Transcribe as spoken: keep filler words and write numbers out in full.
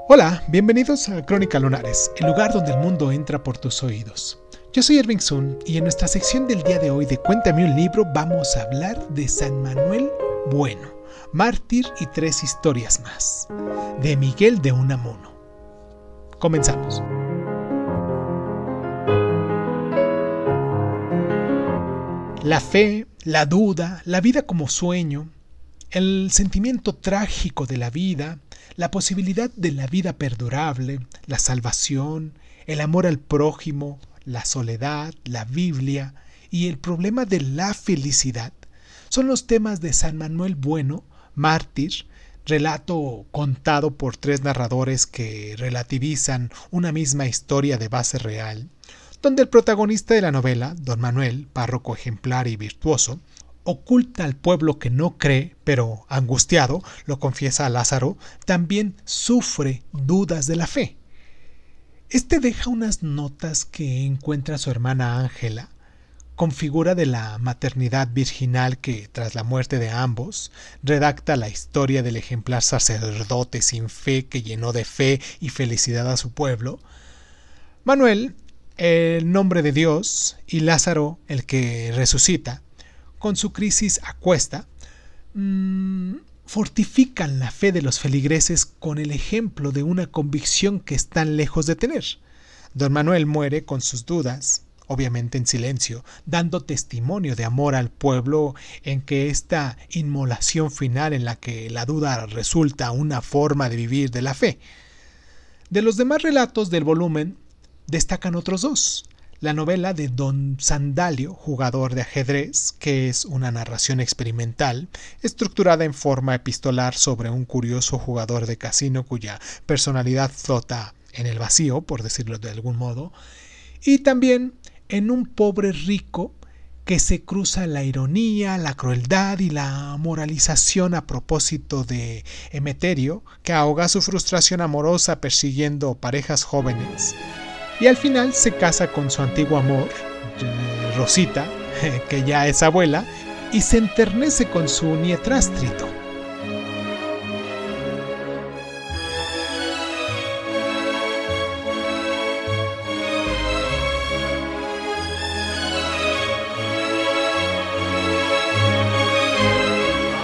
Hola, bienvenidos a Crónica Lunares, el lugar donde el mundo entra por tus oídos. Yo soy Irving Sun y en nuestra sección del día de hoy de Cuéntame un libro vamos a hablar de San Manuel Bueno, mártir y tres historias más, de Miguel de Unamuno. Comenzamos. La fe, la duda, la vida como sueño, el sentimiento trágico de la vida, la posibilidad de la vida perdurable, la salvación, el amor al prójimo, la soledad, la Biblia y el problema de la felicidad son los temas de San Manuel Bueno, mártir, relato contado por tres narradores que relativizan una misma historia de base real, donde el protagonista de la novela, don Manuel, párroco ejemplar y virtuoso, oculta al pueblo que no cree, pero angustiado, lo confiesa a Lázaro, también sufre dudas de la fe. Este deja unas notas que encuentra su hermana Ángela, con figura de la maternidad virginal que, tras la muerte de ambos, redacta la historia del ejemplar sacerdote sin fe que llenó de fe y felicidad a su pueblo. Manuel, el nombre de Dios, y Lázaro, el que resucita, con su crisis a cuesta, mmm, fortifican la fe de los feligreses con el ejemplo de una convicción que están lejos de tener. Don Manuel muere con sus dudas, obviamente en silencio, dando testimonio de amor al pueblo en que esta inmolación final en la que la duda resulta una forma de vivir de la fe. De los demás relatos del volumen destacan otros dos. La novela de Don Sandalio, jugador de ajedrez, que es una narración experimental, estructurada en forma epistolar sobre un curioso jugador de casino cuya personalidad flota en el vacío, por decirlo de algún modo, y también en un pobre rico que se cruza la ironía, la crueldad y la moralización a propósito de Emeterio, que ahoga su frustración amorosa persiguiendo parejas jóvenes. Y al final se casa con su antiguo amor, Rosita, que ya es abuela, y se enternece con su nietrastrito,